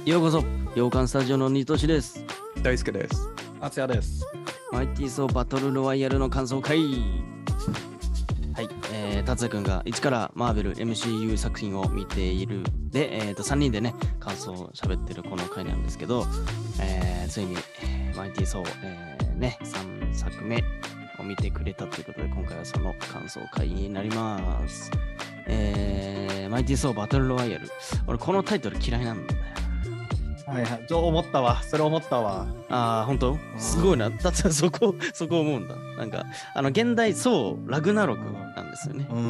ようこそ洋館スタジオのニトシです。 大輔です。 敦也です。 マイティーソーバトルロワイヤルの感想会。はい、達也くんが一からマーベル MCU 作品を見ているで、3人でね感想を喋ってるこの回なんですけど、ついにマイティーソー、ね3作目を見てくれたということで、今回はその感想会になります。マイティーソーバトルロワイヤル、俺このタイトル嫌いなんだよ。 はいはい、思ったわ。それ思ったわ。 ああ、本当？すごいな。だってそこ思うんだ。なんか、現代、そう、ラグナロクなんですよね。うん。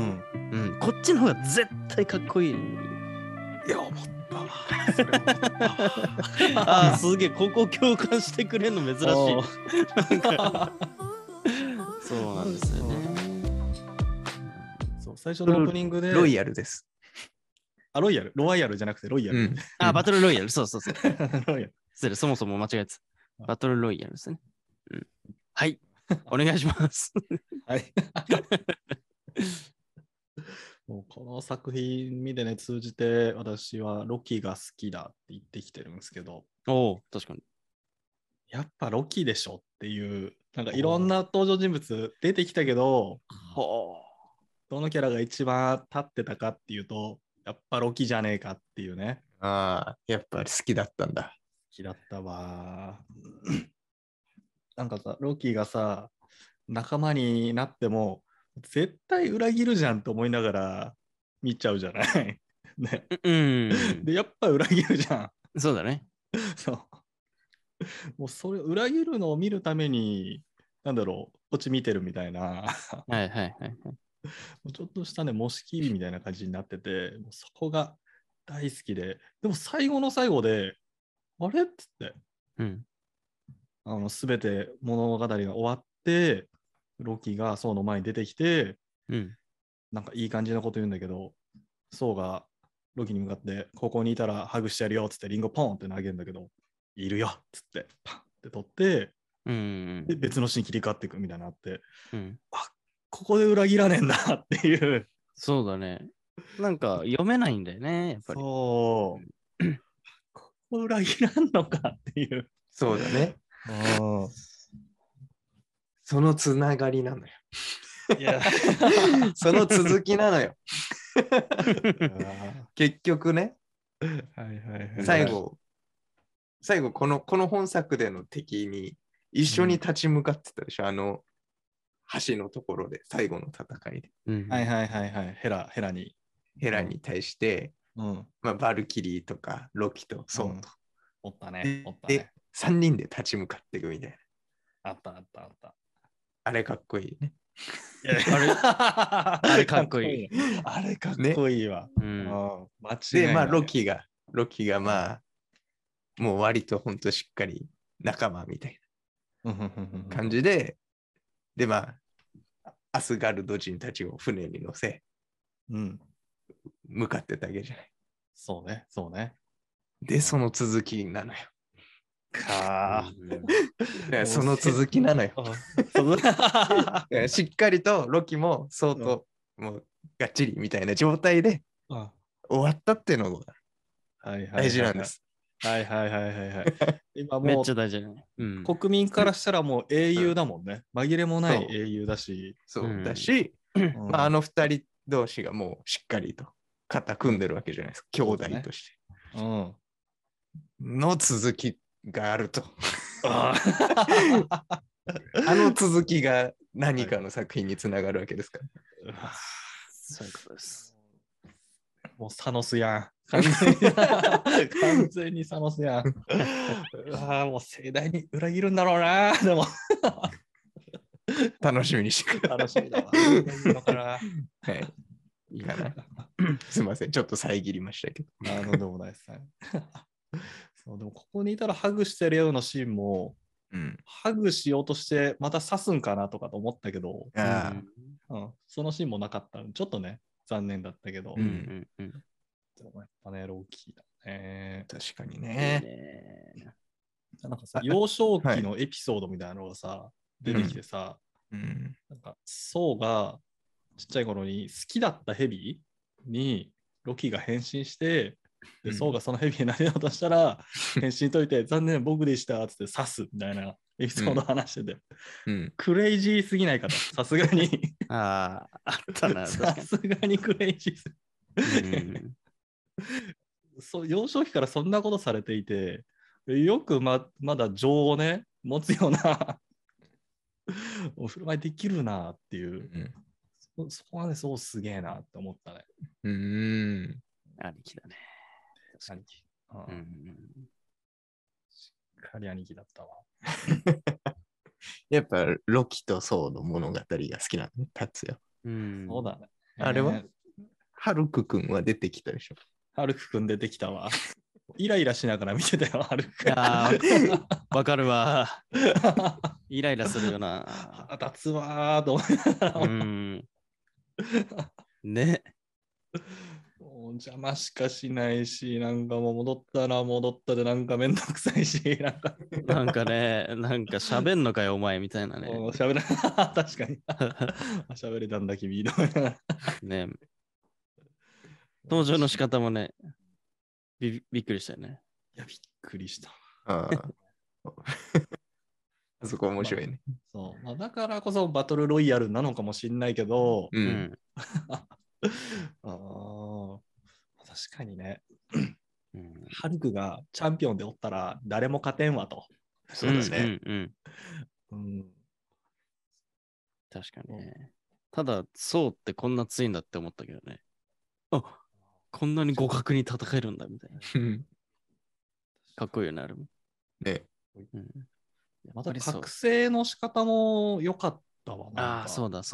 こっちの方が絶対かっこいい。 いや、思ったわ。 それ思ったわ。ああ、すげえ、ここ共感してくれんの珍しい。なんかそうなんですよね。 そう、最初のオープニングで。 ロイヤルです。 あ、ロワイヤルじゃなくてロイヤル。 あ、バトルロイヤル。そう。 ロイヤル。 失礼、そもそも間違えてた。バトルロイヤルですね。はい。お願いします。 はい。もうこの作品見てね、通じて私はロキが好きだって言ってきてるんですけど。 おお、確かに。 やっぱロキでしょっていう、なんかいろんな登場人物出てきたけど、どのキャラが一番立ってたかっていうと、やっぱロキじゃねえかっていうね。 ああ、やっぱり好きだったんだ。 好きだったわ。なんかさ、ロキがさ、仲間になっても、絶対裏切るじゃんと思いながら見ちゃうじゃない。ね。で、やっぱ裏切るじゃん。そうだね。 そう。もうそれ、裏切るのを見るために、なんだろう、こっち見てるみたいな。 はい。 ちょっとしたね、模式日みたいな感じになってて、もうそこが大好きで、でも最後の最後で、あれっつって、すべて物語が終わって、ロキがソウの前に出てきて、なんかいい感じのこと言うんだけど、ソウがロキに向かって、ここにいたらハグしてやるよっつってリンゴポンって投げるんだけど、いるよっつってパンって取って、で別のシーン切り替わっていくみたいなのあって、あ、ここで裏切らねえんだっていう。 そうだね。なんか読めないんだよね、やっぱり。 そう。ここ裏切らんのかっていう。 そうだね。そのつながりなのよ。いやその続きなのよ。結局ね、最後この本作での敵に一緒に立ち向かってたでしょ、橋のところで最後の戦いで。ヘラに対して、バルキリーとかロキとソウと。 おったね。 で、3人で立ち向かっていくみたいな。 あった。 あれかっこいいね。 あれかっこいい。 あれかっこいいわ。 で、ロキがもう割とほんとしっかり仲間みたいな感じで、で、アスガルド人たちを船に乗せ、向かってたわけじゃない。 そうね。 で、その続きなのよ。その続きなのよ。しっかりとロキもソウともうがっちりみたいな状態で終わったっていうのが大事なんです。 今もうめっちゃ大事だね。 国民からしたらもう英雄だもんね。紛れもない英雄だし。 そうだし、二人同士がもうしっかりと肩組んでるわけじゃないですか。兄弟として。の続きがあると。続きが何かの作品につながるわけですから。 そういうことです。 もうサノスやん。完全にサノスやん。もう盛大に裏切るんだろうな。でも楽しみにしてください。 楽しみだわ。いいのかな。 はい。いいかな。すみません。ちょっと遮りましたけど。 なんでもないですね。でもここにいたらハグしてるようなシーンも、ハグしようとしてまた刺すんかなとかと思ったけど、そのシーンもなかったのでちょっとね残念だったけど、でもやっぱねロキだね。 確かにね。 なんかさ、幼少期のエピソードみたいなのがさ、出てきてさ、なんかソウがちっちゃい頃に好きだったヘビにロキが変身してで、ソウがそのヘビになれようとしたら、変身解いて、残念、僕でしたっつって刺すみたいなエピソードを話してて、クレイジーすぎないかと、さすがに。 あったな、 さすがにクレイジーすぎそう、幼少期からそんなことされていて、よくまだ情をね、持つようなお振る舞いできるなっていう、そこはね、そうすげえなって思ったね。 兄貴だね。 兄貴。しっかり兄貴だったわ。 やっぱロキとソウの物語が好きなのね、達也。 そうだね。 あれはハルクくんは出てきたでしょ。 ハルクくん出てきたわ。イライラしながら見てたよ、ハルクくん。 わかるわ。イライラするよな。 腹立つわーと思いながら。 ね。 邪魔しかしないし、なんかもう戻ったら戻ったでなんかめんどくさいし、 なんかね、なんか喋んのかよ、お前みたいなね。 喋ら確かに。喋れたんだ、君。 ね。登場の仕方もね、びっくりしたよね。 いや、びっくりした。 あそこ面白いね。 そう。だからこそバトルロイヤルなのかもしれないけど、確かにね。ハルクがチャンピオンでおったら誰も勝てんわと。 そうだね。 確かにね。ただ、そうってこんな強いんだって思ったけどね。こんなに互角に戦えるんだみたいな。かっこいいよね、あれも。 ね。 また覚醒の仕方も良かったわ。 そうだ。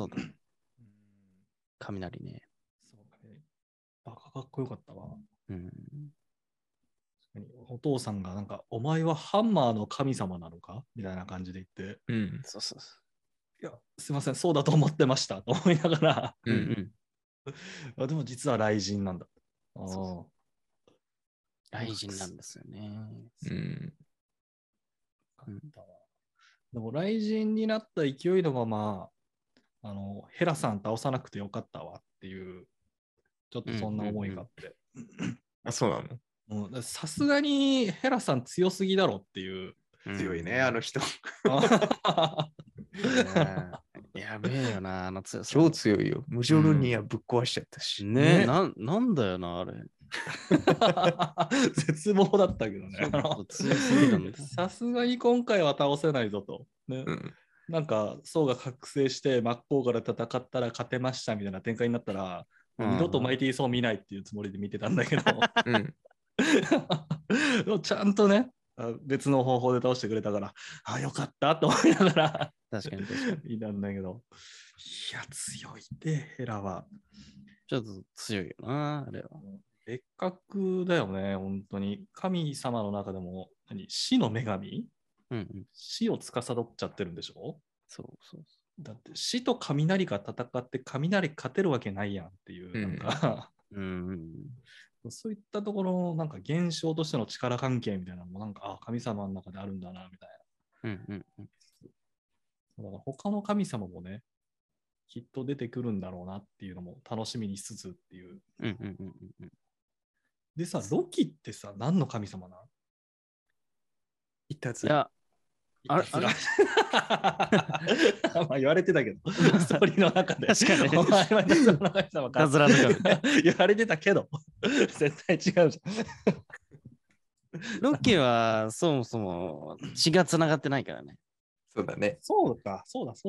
雷ね。 バカかっこよかったわ。お父さんがなんか、お前はハンマーの神様なのかみたいな感じで言って、 そう。 いや、すいません、そうだと思ってましたと思いながら、でも実は雷神なんだ。 雷神なんですよね。 でも雷神になった勢いのまま、ヘラさん倒さなくてよかったわっていう、ちょっとそんな思いがあって。 そうなのさすがにヘラさん強すぎだろっていう。 強いね、あの人。 やべえよな、あの強さ。 超強いよ。ムジョルニアぶっ壊しちゃったし。 ね、なんだよな、あれ。 絶望だったけどね。さすがに今回は倒せないぞと。ね、なんか、ソウが覚醒して真っ向から戦ったら勝てましたみたいな展開になったら、二度とマイティーソウ見ないっていうつもりで見てたんだけど、ちゃんとね、別の方法で倒してくれたから、よかったと思いながら確かにいたんだけど、いや、強いってヘラは。 ちょっと強いよな、あれは。 別格だよね、本当に。神様の中でも、死の女神、死を司っちゃってるんでしょ。 そう。 だって死と雷が戦って雷勝てるわけないやんっていう、なんか、そういったところのなんか現象としての力関係みたいなのもなんか神様の中であるんだなみたいな。だから他の神様もね、きっと出てくるんだろうなっていうのも楽しみにしつつっていう。でさ、ロキってさ、何の神様なの？ いたずら。 まあ言われてたけど、ストーリーの中で。 確かに。 お前はいたずらの神様か。 いたずらの神。 言われてたけど、絶対違うじゃん。 ロキはそもそも血がつながってないからね。 そうだね。 そうだ。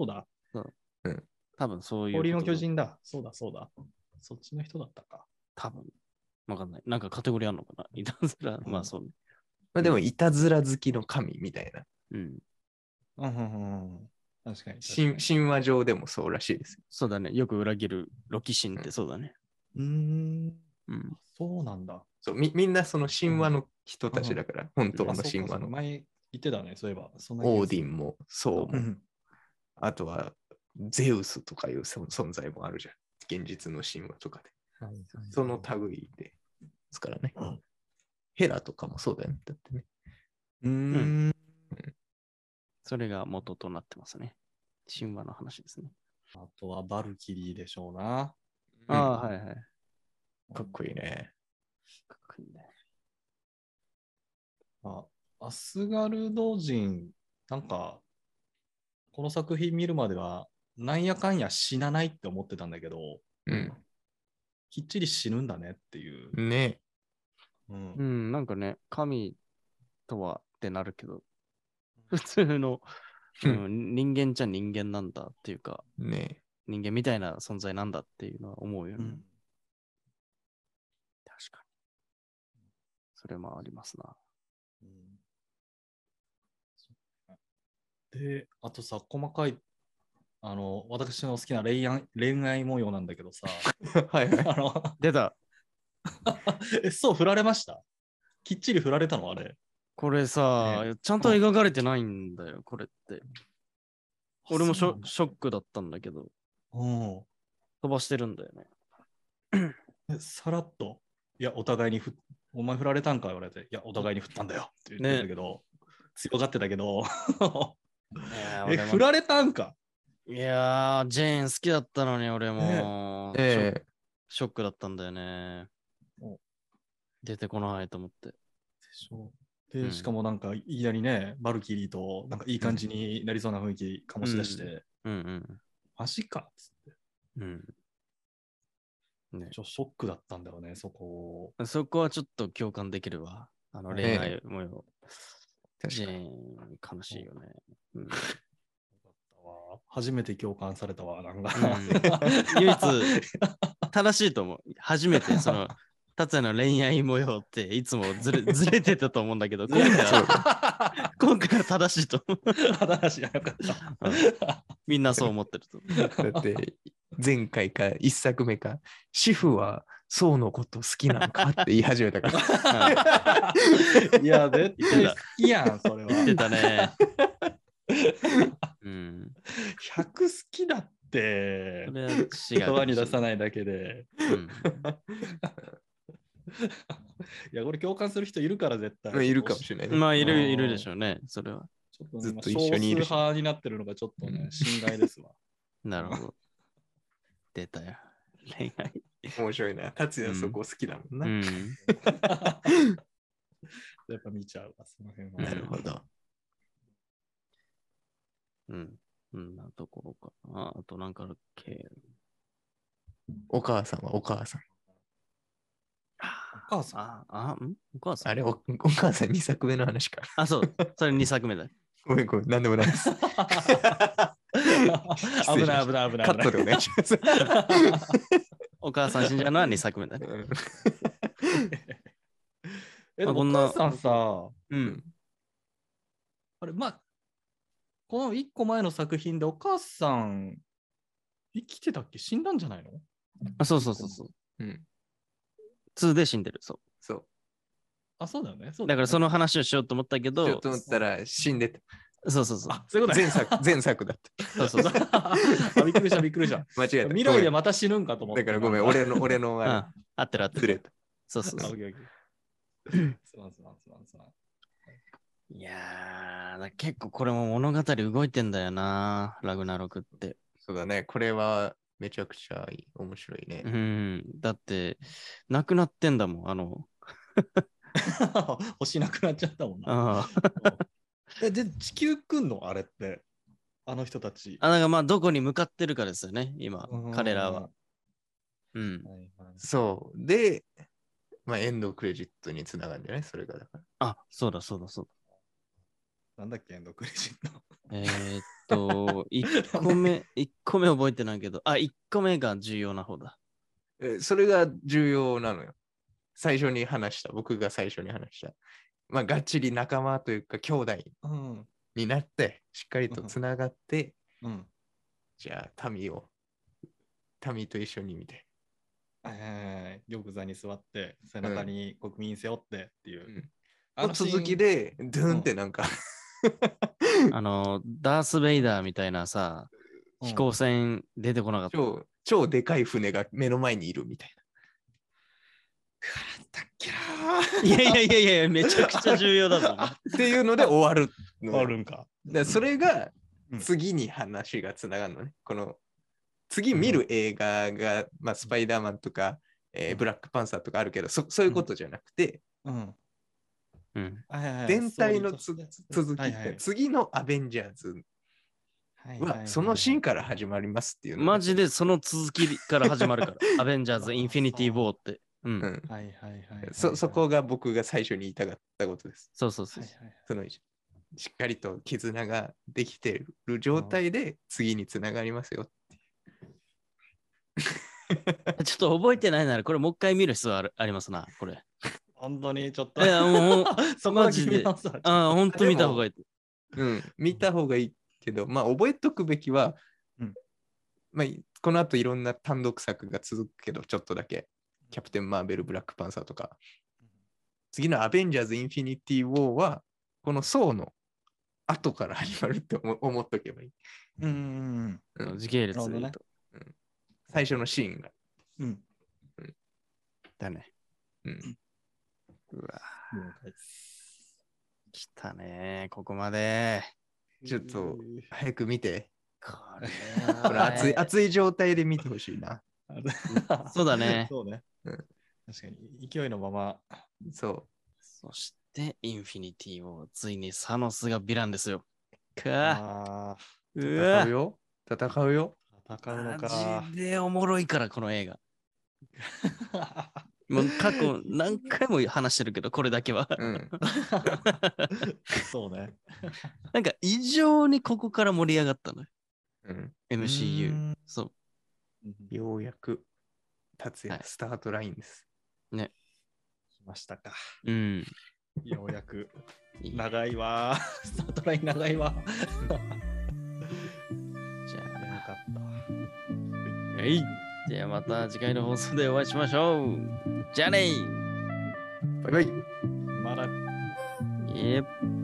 多分そういう。 氷の巨人だ。そうだ。そっちの人だったか。 多分。わかんない。なんかカテゴリーあるのかな。いたずら。まあそうね。 まあでも、いたずら好きの神みたいな。 確かに。 神話上でもそうらしいです。 そうだね。よく裏切るロキ神ってそうだね。 そうなんだ。 そう、みんなその神話の人たちだから、本当の神話の。 前言ってたね、そういえば。 オーディンも、そうも。あとは、ゼウスとかいう存在もあるじゃん。現実の神話とかで。その類ですからね。ヘラとかもそうだよね。だってね。 それが元となってますね。神話の話ですね。 あとはバルキリーでしょうな。 はい。 かっこいいね。 かっこいいね。 アスガルド人、なんか、この作品見るまでは、なんやかんや死なないって思ってたんだけど、きっちり死ぬんだねっていう。 ね。 なんかね、神とはってなるけど、普通の、人間じゃ人間なんだっていうか、 ね、 人間みたいな存在なんだっていうのは思うよね。確かに。それもありますな。 で、あとさ、細かい、私の好きな恋愛模様なんだけどさ、 はいはい。 出た。 そう、振られました？きっちり振られたのあれ。 これさ、ちゃんと描かれてないんだよ、これって。俺もショックだったんだけど、飛ばしてるんだよね。 さらっと、いや、お互いにお前振られたんか言われて、いや、お互いに振ったんだよって言ってたけど、強がってたけど、振られたんか。 いやー、ジェーン好きだったのに俺も、ショックだったんだよね。出てこないと思って。でしょ。で、しかもなんかいきなりね、バルキリーとなんかいい感じになりそうな雰囲気醸し出して、マジかっつって。ね、ショックだったんだよね、そこはちょっと共感できるわ。恋愛模様。ジェーン、悲しいよね。 初めて共感されたわ、なんか。 唯一、正しいと思う。初めて、達也の恋愛模様っていつもずれてたと思うんだけど、今回は正しいと思う。 正しい、よかった。 みんなそう思ってると。 だって、前回か一作目か、主婦はそうのこと好きなのかって言い始めたから。 いや、絶対好きやん、それは。 言ってたね。 100好きだって、言葉に出さないだけで。いや、これ共感する人いるから絶対。 いるかもしれないね。 まあ、いるでしょうね、それは。 ちょっとずっと一緒にいる。少数派になってるのがちょっとね、心外ですわ。 なるほど。出たよ。恋愛。 面白いな。達也そこ好きだもんな。 やっぱ見ちゃうわ、その辺は。 なるほど。 なところかな。あとなんかあるっけ。 お母さんはお母さん。 お母さんお母さんあれお母さん2作目の話か。 そう。それ2作目だ。 ごめん、なんでもないです。 危ない。 カットでお願いします。 お母さん死んじゃうのは2作目だね。 でもお母さんさ、あれ、この1個前の作品でお母さん生きてたっけ？死んだんじゃないの？ そう。2で死んでる。そう。 そうだよね。 だからその話をしようと思ったけど、 ちょっと思ったら死んでた。 そう。 そういうこと前作だった。 そう。びっくりした。 間違えた。 未来でまた死ぬんかと思った。 だからごめん、俺の合ってる。 ずれた。 そう。いやー、結構これも物語動いてんだよな、ラグナロクって。 そうだね、これはめちゃくちゃ面白いね。 だって、亡くなってんだもん、 星なくなっちゃったもんな。で、地球来んのあれって、あの人たち。 だからどこに向かってるかですよね、今、彼らは。 そう。で、エンドクレジットにつながるんじゃない？それがだから。 そうだ。 なんだっけ、エンドクレジット。 1個目覚えてないけど、1個目が重要な方だ。 それが重要なのよ。僕が最初に話した。がっちり仲間というか、兄弟になって、しっかりとつながって、じゃあ、民と一緒に見て。 玉座に座って、背中に国民背負ってっていう。 続きで、ドゥンってなんかダース・ベイダーみたいなさ、飛行船出てこなかった。 超でかい船が目の前にいるみたいな。 いや、めちゃくちゃ重要だぞ。 っていうので終わる。 終わるんか。 それが次に話がつながるのね。この次見る映画が、スパイダーマンとか、ブラックパンサーとかあるけど、そういうことじゃなくて、 全体の続きって、次のアベンジャーズはそのシーンから始まりますっていうの。 マジでその続きから始まるから。アベンジャーズ・インフィニティ・ウォーって。 そこが僕が最初に言いたかったことです。 そう。 そのしっかりと絆ができてる状態で次につながりますよ。 ちょっと覚えてないなら、これもう一回見る必要ありますな、これ。 本当にちょっと。 いや、もう、マジで。本当見た方がいい。 見た方がいいけど、まあ、覚えとくべきは、まあ、この後いろんな単独作が続くけど、ちょっとだけ。キャプテン・マーベル、ブラックパンサーとか。次のアベンジャーズ・インフィニティ・ウォーは、このソーの後から始まるって思っとけばいい。 時系列で言うと。 最初のシーンが。 だね。 うわ。 来たね、ここまで。 ちょっと早く見て。 これ熱い状態で見てほしいな。 そうだね。 そうね。確かに勢いのまま。 そう。 そしてインフィニティをついにサノスがヴィランですよ。 戦うよ。 戦うのか。 マジでおもろいからこの映画。もう過去何回も話してるけどこれだけは。 そうね。 なんか異常にここから盛り上がったのよ。MCU。そう。 ようやく達也スタートラインです。 ね。 来ましたか。 ようやく。長いわ。スタートライン長いわ。 じゃあ、 よかったわ。 じゃあまた次回の放送でお会いしましょう。じゃあねバイバイ。 まだ。 イエップ。